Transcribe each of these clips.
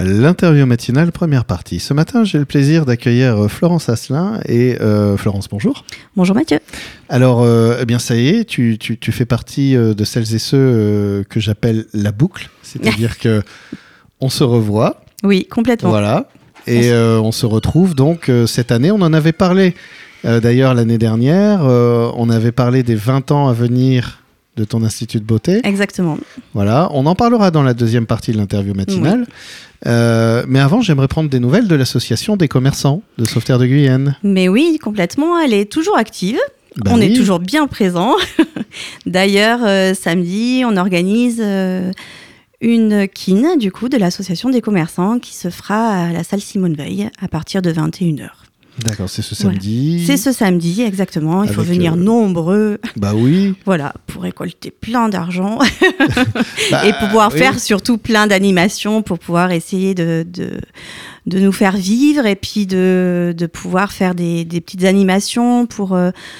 L'interview matinale, première partie. Ce matin, j'ai le plaisir d'accueillir Florence Asselin. Et Florence, bonjour. Bonjour Mathieu. Alors, eh bien ça y est, tu fais partie de celles et ceux que j'appelle la boucle. C'est-à-dire qu'on se revoit. Oui, complètement. Voilà. Et on se retrouve donc cette année. On en avait parlé d'ailleurs l'année dernière. On avait parlé des 20 ans à venir de ton institut de beauté. Exactement. Voilà, on en parlera dans la deuxième partie de l'interview matinale. Oui. Mais avant, j'aimerais prendre des nouvelles de l'association des commerçants de Sauveterre de Guyenne. Mais oui, complètement. Elle est toujours active. On est toujours bien présent. D'ailleurs, samedi, on organise une kin du coup de l'association des commerçants qui se fera à la salle Simone Veil à partir de 21h. D'accord, c'est ce samedi. Voilà. C'est ce samedi, exactement. Il faut venir nombreux. Bah oui. Voilà, pour récolter plein d'argent et pouvoir faire surtout plein d'animations pour pouvoir essayer de nous faire vivre et puis de pouvoir faire des petites animations pour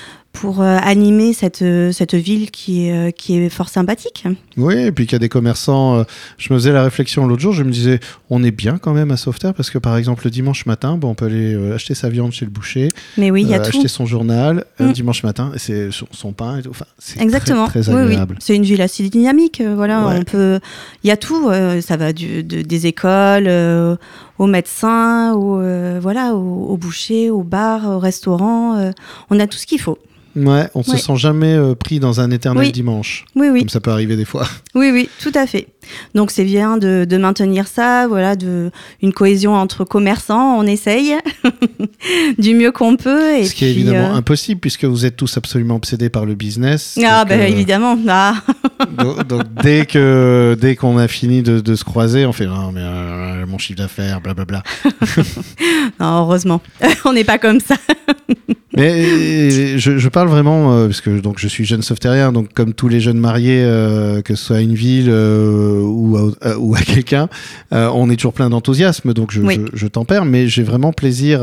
animer cette ville qui est fort sympathique. Oui, et puis qu'il y a des commerçants. Je me faisais la réflexion l'autre jour, je me disais, on est bien quand même à Sauveterre parce que par exemple le dimanche matin, on peut aller acheter sa viande chez le boucher. Mais oui, il y a acheter tout. son journal dimanche matin, c'est son pain et tout. Enfin, c'est exactement. Très agréable. Oui. C'est une ville assez dynamique. Voilà, ouais. Il y a tout. Ça va des écoles aux médecins, aux bouchers, aux bars, aux restaurants. On a tout ce qu'il faut. Ouais, on se sent jamais pris dans un éternel dimanche. Oui. Comme ça peut arriver des fois. Oui, tout à fait. Donc c'est bien de maintenir ça, une cohésion entre commerçants, on essaye du mieux qu'on peut. Et ce qui est évidemment impossible puisque vous êtes tous absolument obsédés par le business. Ah évidemment. Ah. donc dès qu'on a fini de se croiser, on fait non mais mon chiffre d'affaires, blablabla. Non, heureusement, on n'est pas comme ça. Mais je parle vraiment parce que donc je suis jeune sauvetérien, donc comme tous les jeunes mariés, que ce soit à une ville ou à quelqu'un, on est toujours plein d'enthousiasme, donc je tempère, mais j'ai vraiment plaisir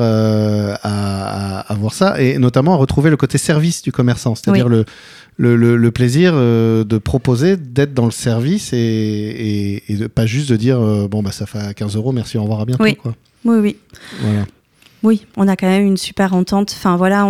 à voir ça et notamment à retrouver le côté service du commerçant, c'est-à-dire le plaisir de proposer, d'être dans le service et de pas juste de dire ça fait 15 €, merci, au revoir, à bientôt. Oui. Quoi. Oui. Voilà. Oui, on a quand même une super entente. Enfin voilà,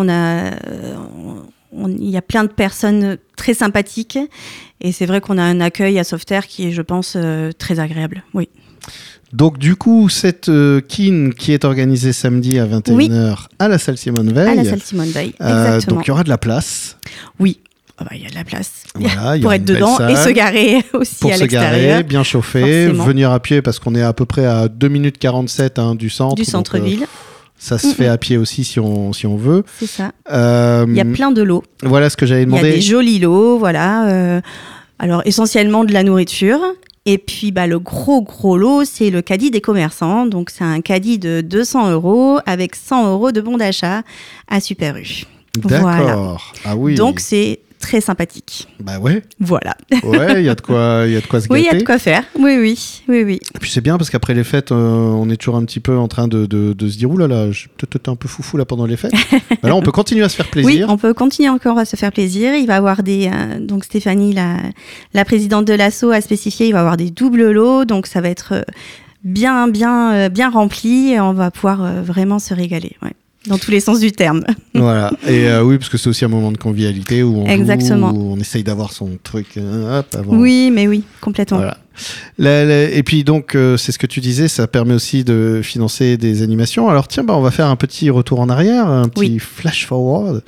il y a plein de personnes très sympathiques et c'est vrai qu'on a un accueil à Sauveterre qui est, je pense, très agréable. Oui. Donc du coup, cette kin qui est organisée samedi à 21h à la salle Simone Veil. À la salle Simone Veil, exactement. Donc il y aura de la place. Oui. Il y a de la place voilà, pour être dedans et se garer aussi à l'extérieur. Pour se garer, bien chauffer, venir à pied parce qu'on est à peu près à 2 minutes 47 du centre. Du centre-ville. Ça se fait à pied aussi si on veut. C'est ça. Il y a plein de lots. Voilà ce que j'avais demandé. Il y a des jolis lots, voilà. Alors essentiellement de la nourriture. Et puis le gros lot, c'est le caddie des commerçants. Donc c'est un caddie de 200 € avec 100 € de bon d'achat à Super U. D'accord. Voilà. Ah oui. Donc c'est très sympathique. Bah ouais. Voilà. Ouais, il y a de quoi se gâter. Oui, il y a de quoi faire. Oui. Et puis c'est bien parce qu'après les fêtes, on est toujours un petit peu en train de se dire oulala, j'ai peut-être un peu foufou là pendant les fêtes. Là, on peut continuer à se faire plaisir. Oui, on peut continuer encore à se faire plaisir. Il va y avoir donc Stéphanie, la présidente de l'asso, a spécifié, il va y avoir des doubles lots, donc ça va être bien rempli et on va pouvoir vraiment se régaler. Ouais. Dans tous les sens du terme. Voilà. Et oui, parce que c'est aussi un moment de convivialité où on Exactement. joue, où on essaye d'avoir son truc avant. Oui, mais oui, complètement. Voilà. Et puis donc, c'est ce que tu disais, ça permet aussi de financer des animations. Alors tiens, on va faire un petit retour en arrière, un petit flash forward.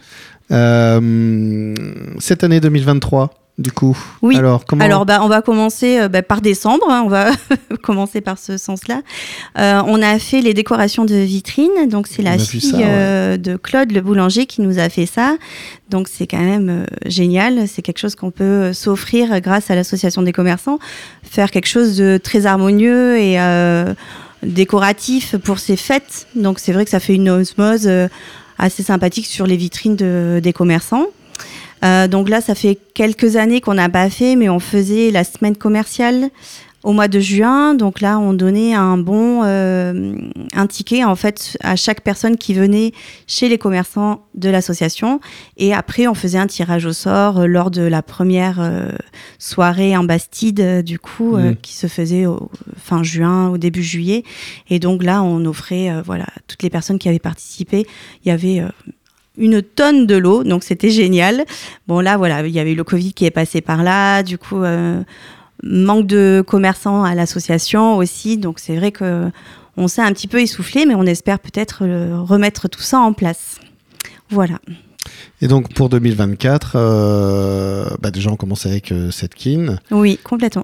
Cette année 2023. Du coup, oui. Alors, on va commencer par décembre. On va commencer par ce sens-là. On a fait les décorations de vitrines. Donc, c'est la fille de Claude, le boulanger, qui nous a fait ça. Donc, c'est quand même génial. C'est quelque chose qu'on peut s'offrir grâce à l'association des commerçants. Faire quelque chose de très harmonieux et décoratif pour ces fêtes. Donc, c'est vrai que ça fait une osmose assez sympathique sur les vitrines des commerçants. Donc là, ça fait quelques années qu'on n'a pas fait, mais on faisait la semaine commerciale Au mois de juin, donc là, on donnait un ticket en fait à chaque personne qui venait chez les commerçants de l'association. Et après, on faisait un tirage au sort lors de la première soirée en Bastide, qui se faisait fin juin, au début juillet. Et donc là, on offrait, toutes les personnes qui avaient participé. Il y avait une tonne de lots, donc c'était génial. Bon là, voilà, il y avait eu le Covid qui est passé par là, du coup. Manque de commerçants à l'association aussi, donc c'est vrai qu'on s'est un petit peu essoufflé, mais on espère peut-être remettre tout ça en place. Voilà. Et donc pour 2024, déjà on commence avec Setkin. Oui, complètement.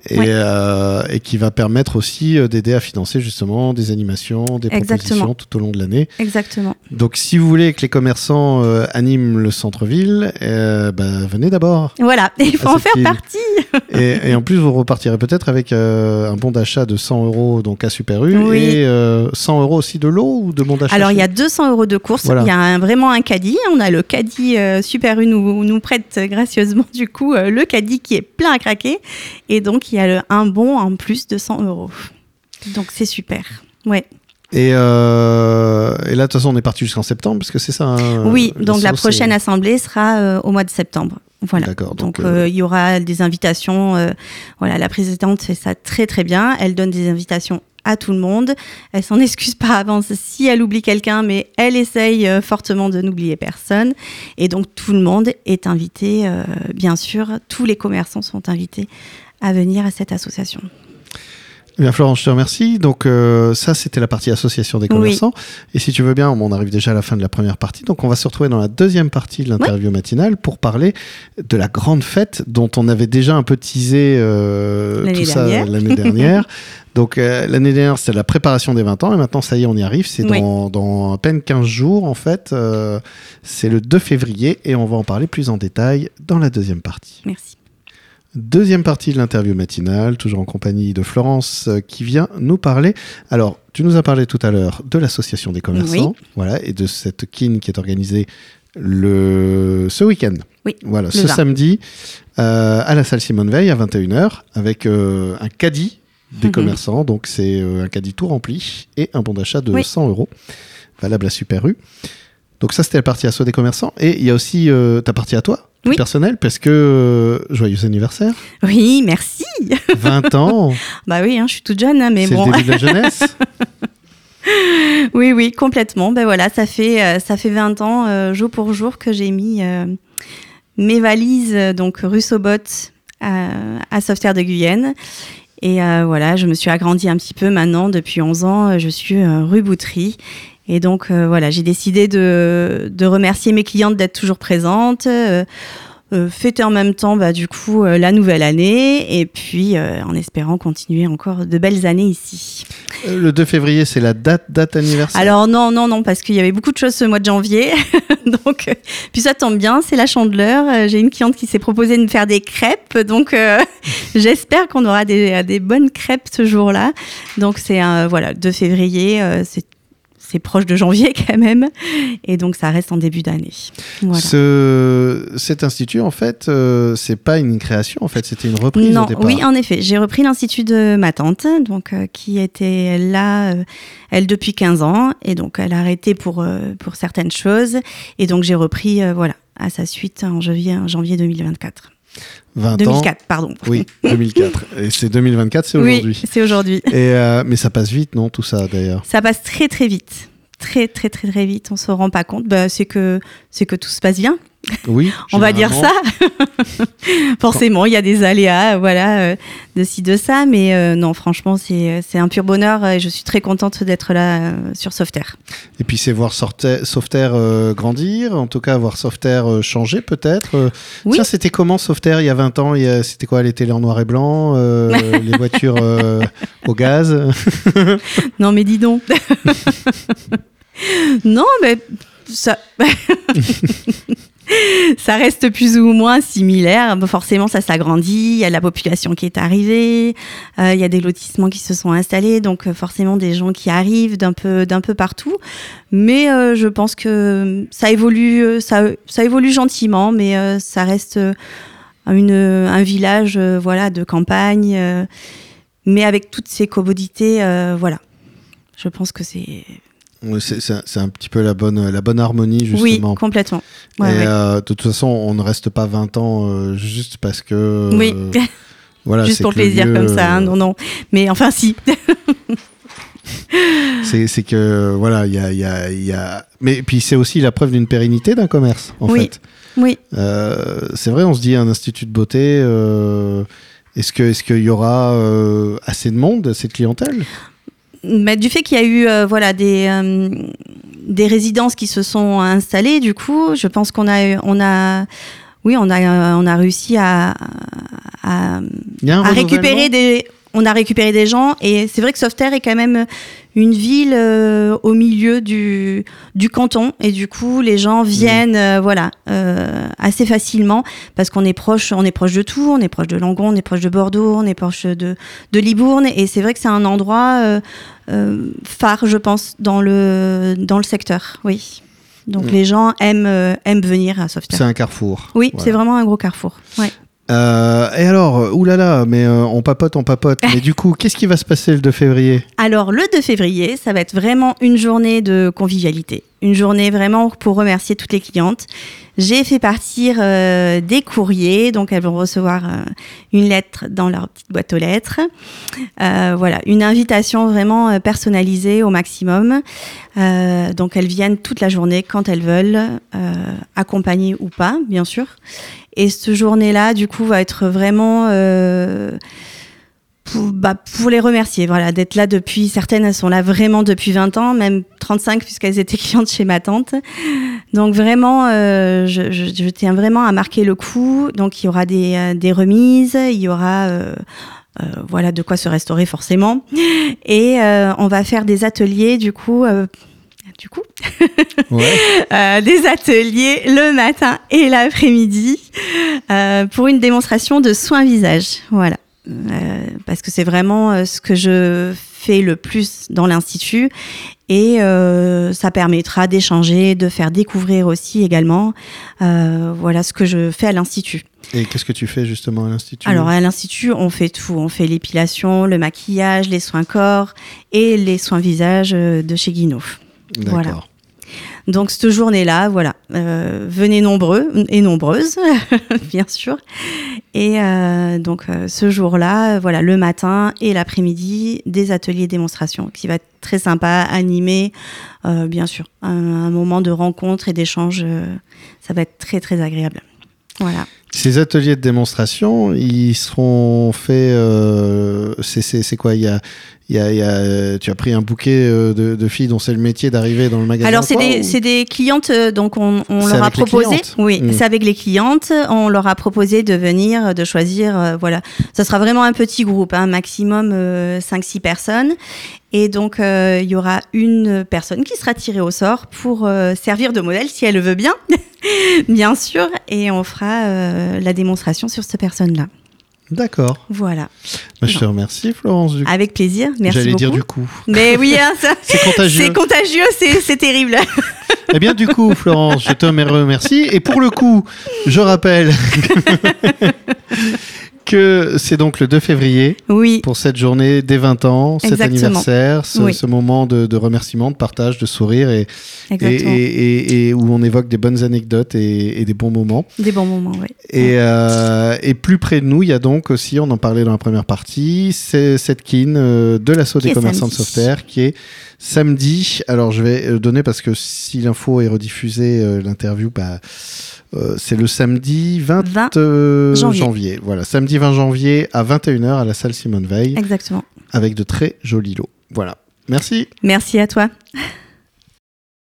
Et qui va permettre aussi d'aider à financer justement des animations, des propositions tout au long de l'année. Exactement. Donc si vous voulez que les commerçants animent le centre-ville, venez d'abord. Voilà, il faut en faire partie. Et en plus, vous repartirez peut-être avec un bon d'achat de 100 € donc à Super U et 100 € aussi de lot ou de bon d'achat. Alors il y a 200 € de course, il y a vraiment un caddie. On a le caddie Super U nous prête gracieusement du coup le caddie qui est plein à craquer. Et donc il y a un bon en plus de 100 €. Donc c'est super. Ouais. Et là, de toute façon, on est parti jusqu'en septembre, parce que c'est ça. Oui, donc la prochaine assemblée sera au mois de septembre. Voilà. D'accord. Donc il y aura des invitations. La présidente fait ça très très bien. Elle donne des invitations à tout le monde. Elle s'en excuse par avance si elle oublie quelqu'un, mais elle essaye fortement de n'oublier personne. Et donc tout le monde est invité, bien sûr. Tous les commerçants sont invités à venir à cette association. Bien, Florence, je te remercie. Donc ça, c'était la partie association des commerçants. Oui. Et si tu veux bien, on arrive déjà à la fin de la première partie. Donc on va se retrouver dans la deuxième partie de l'interview matinale pour parler de la grande fête dont on avait déjà un peu teasé l'année dernière. Donc l'année dernière, c'était la préparation des 20 ans. Et maintenant, ça y est, on y arrive. C'est dans à peine 15 jours, en fait. C'est le 2 février. Et on va en parler plus en détail dans la deuxième partie. Merci. Deuxième partie de l'interview matinale, toujours en compagnie de Florence qui vient nous parler. Alors, tu nous as parlé tout à l'heure de l'association des commerçants, voilà, et de cette KIN qui est organisée ce week-end. Oui, voilà, ce samedi à la salle Simone Veil à 21h avec un caddie des commerçants. Donc, c'est un caddie tout rempli et un bon d'achat de 100 €, valable à Super U. Donc ça, c'était la partie asso des commerçants. Et il y a aussi ta partie à toi, personnelle, parce que joyeux anniversaire. Oui, merci. 20 ans. Bah oui, je suis toute jeune, mais c'est bon. C'est le début de la jeunesse. Oui, complètement. Ben voilà, ça fait 20 ans, jour pour jour, que j'ai mis mes valises, donc rue Sobot, à Sauveterre de Guyenne. Et je me suis agrandie un petit peu maintenant. Depuis 11 ans, je suis rue Boutry. Et donc, j'ai décidé de remercier mes clientes d'être toujours présentes, fêter en même temps, la nouvelle année, et puis en espérant continuer encore de belles années ici. Le 2 février, c'est la date anniversaire? Alors non, parce qu'il y avait beaucoup de choses ce mois de janvier. Donc, puis ça tombe bien, c'est la Chandeleur. J'ai une cliente qui s'est proposée de me faire des crêpes, donc j'espère qu'on aura des bonnes crêpes ce jour-là. Donc c'est 2 février, c'est proche de janvier quand même, et donc ça reste en début d'année. Voilà. Cet institut, en fait, c'est pas une création, en fait, c'était une reprise au départ. Oui, en effet, j'ai repris l'institut de ma tante, donc qui était là, elle depuis 15 ans, et donc elle a arrêté pour certaines choses, et donc j'ai repris, à sa suite en janvier 2024. 2004, pardon. Oui, 2004. Et c'est 2024, c'est aujourd'hui. Oui, c'est aujourd'hui. Mais ça passe vite, non, tout ça, d'ailleurs? Ça passe très, très vite. Très, très, très, très vite. On ne se rend pas compte. C'est que tout se passe bien. Oui. On va dire ça. Forcément, il y a des aléas, de ci, de ça. Mais non, franchement, c'est un pur bonheur. Et je suis très contente d'être là sur Sauveterre. Et puis, c'est voir Sauveterre grandir. En tout cas, voir Sauveterre changer, peut-être. Oui. Tiens, c'était comment Sauveterre il y a 20 ans? C'était quoi? Les télés en noir et blanc, les voitures au gaz? Non, mais dis donc. Non, mais ça... Ça reste plus ou moins similaire. Forcément, ça s'agrandit. Il y a la population qui est arrivée. Il y a des lotissements qui se sont installés. Donc, forcément, des gens qui arrivent d'un peu partout. Mais je pense que ça évolue gentiment. Mais ça reste un village de campagne. mais avec toutes ces commodités, voilà. Je pense que c'est un petit peu la bonne harmonie, justement. Oui, complètement. De toute façon, on ne reste pas 20 ans juste parce que... Oui, voilà, juste pour le plaisir comme ça, hein, non. Mais enfin, si. c'est que, voilà, il y a... Mais puis c'est aussi la preuve d'une pérennité d'un commerce, en fait. Oui. C'est vrai, on se dit, un institut de beauté, est-ce qu'il y aura assez de monde, assez de clientèle ? Du fait qu'il y a eu des résidences qui se sont installées, du coup, je pense qu'on a réussi à récupérer des gens, et c'est vrai que Sauveterre est quand même une ville au milieu du canton, et du coup les gens viennent assez facilement parce qu'on est proche de Tours, on est proche de Langon, on est proche de Bordeaux, on est proche de Libourne, et c'est vrai que c'est un endroit phare, je pense, dans le secteur. Oui. Donc les gens aiment venir à Sauveterre. C'est un carrefour. Oui, voilà. C'est vraiment un gros carrefour. Ouais. Et alors, oulala, mais on papote. Mais du coup, qu'est-ce qui va se passer le 2 février ? Alors, le 2 février, ça va être vraiment une journée de convivialité. Une journée vraiment pour remercier toutes les clientes. J'ai fait partir des courriers, donc elles vont recevoir une lettre dans leur petite boîte aux lettres. Voilà, une invitation vraiment personnalisée au maximum. Donc elles viennent toute la journée quand elles veulent, accompagnées ou pas, bien sûr. Et cette journée-là, du coup, va être vraiment pour les remercier, voilà, d'être là depuis. Certaines, elles sont là vraiment depuis 20 ans, même 35, puisqu'elles étaient clientes chez ma tante. Donc vraiment, je tiens vraiment à marquer le coup. Donc il y aura des remises, il y aura voilà, de quoi se restaurer forcément. Et on va faire des ateliers, du coup, des ateliers le matin et l'après-midi pour une démonstration de soins visage. Voilà. Parce que c'est vraiment ce que je fais le plus dans l'Institut, et ça permettra d'échanger, de faire découvrir aussi également voilà ce que je fais à l'Institut. Et qu'est-ce que tu fais justement à l'Institut ? Alors à l'Institut, on fait tout. On fait l'épilation, le maquillage, les soins corps et les soins visage de chez Guinaud. D'accord. Voilà. Donc cette journée-là, voilà, venez nombreux et nombreuses, bien sûr. Et donc ce jour-là, voilà, le matin et l'après-midi, des ateliers démonstrations qui va être très sympa, animé, bien sûr, un moment de rencontre et d'échange, ça va être très très agréable. Voilà. Ces ateliers de démonstration, ils seront faits. C'est quoi ? Tu as pris un bouquet de filles dont c'est le métier d'arriver dans le magasin. Alors c'est des clientes, donc on leur a proposé. Oui, c'est avec les clientes. On leur a proposé de venir, de choisir. Voilà, ça sera vraiment un petit groupe, maximum 5-6 personnes. Et donc il y aura une personne qui sera tirée au sort pour servir de modèle si elle le veut bien, bien sûr. Et on fera la démonstration sur cette personne-là. D'accord. Voilà. Je te remercie, Florence. Avec plaisir, merci J'allais beaucoup. Dire du coup. Mais oui, ça, c'est contagieux. C'est contagieux, c'est terrible. Eh bien, du coup, Florence, je te remercie. Et pour le coup, je rappelle que c'est donc le 2 février pour cette journée des 20 ans, cet anniversaire, ce moment de remerciement, de partage, de sourire et où on évoque des bonnes anecdotes et des bons moments. Des bons moments, oui. Et plus près de nous, il y a donc aussi, on en parlait dans la première partie, c'est cette kin de l'assaut des commerçants de Sauveterre qui est samedi. Alors je vais donner parce que si l'info est rediffusée, l'interview, c'est le samedi 20 janvier. Voilà, samedi 20 janvier à 21h à la salle Simone Veil. Exactement. Avec de très jolis lots. Voilà. Merci. Merci à toi.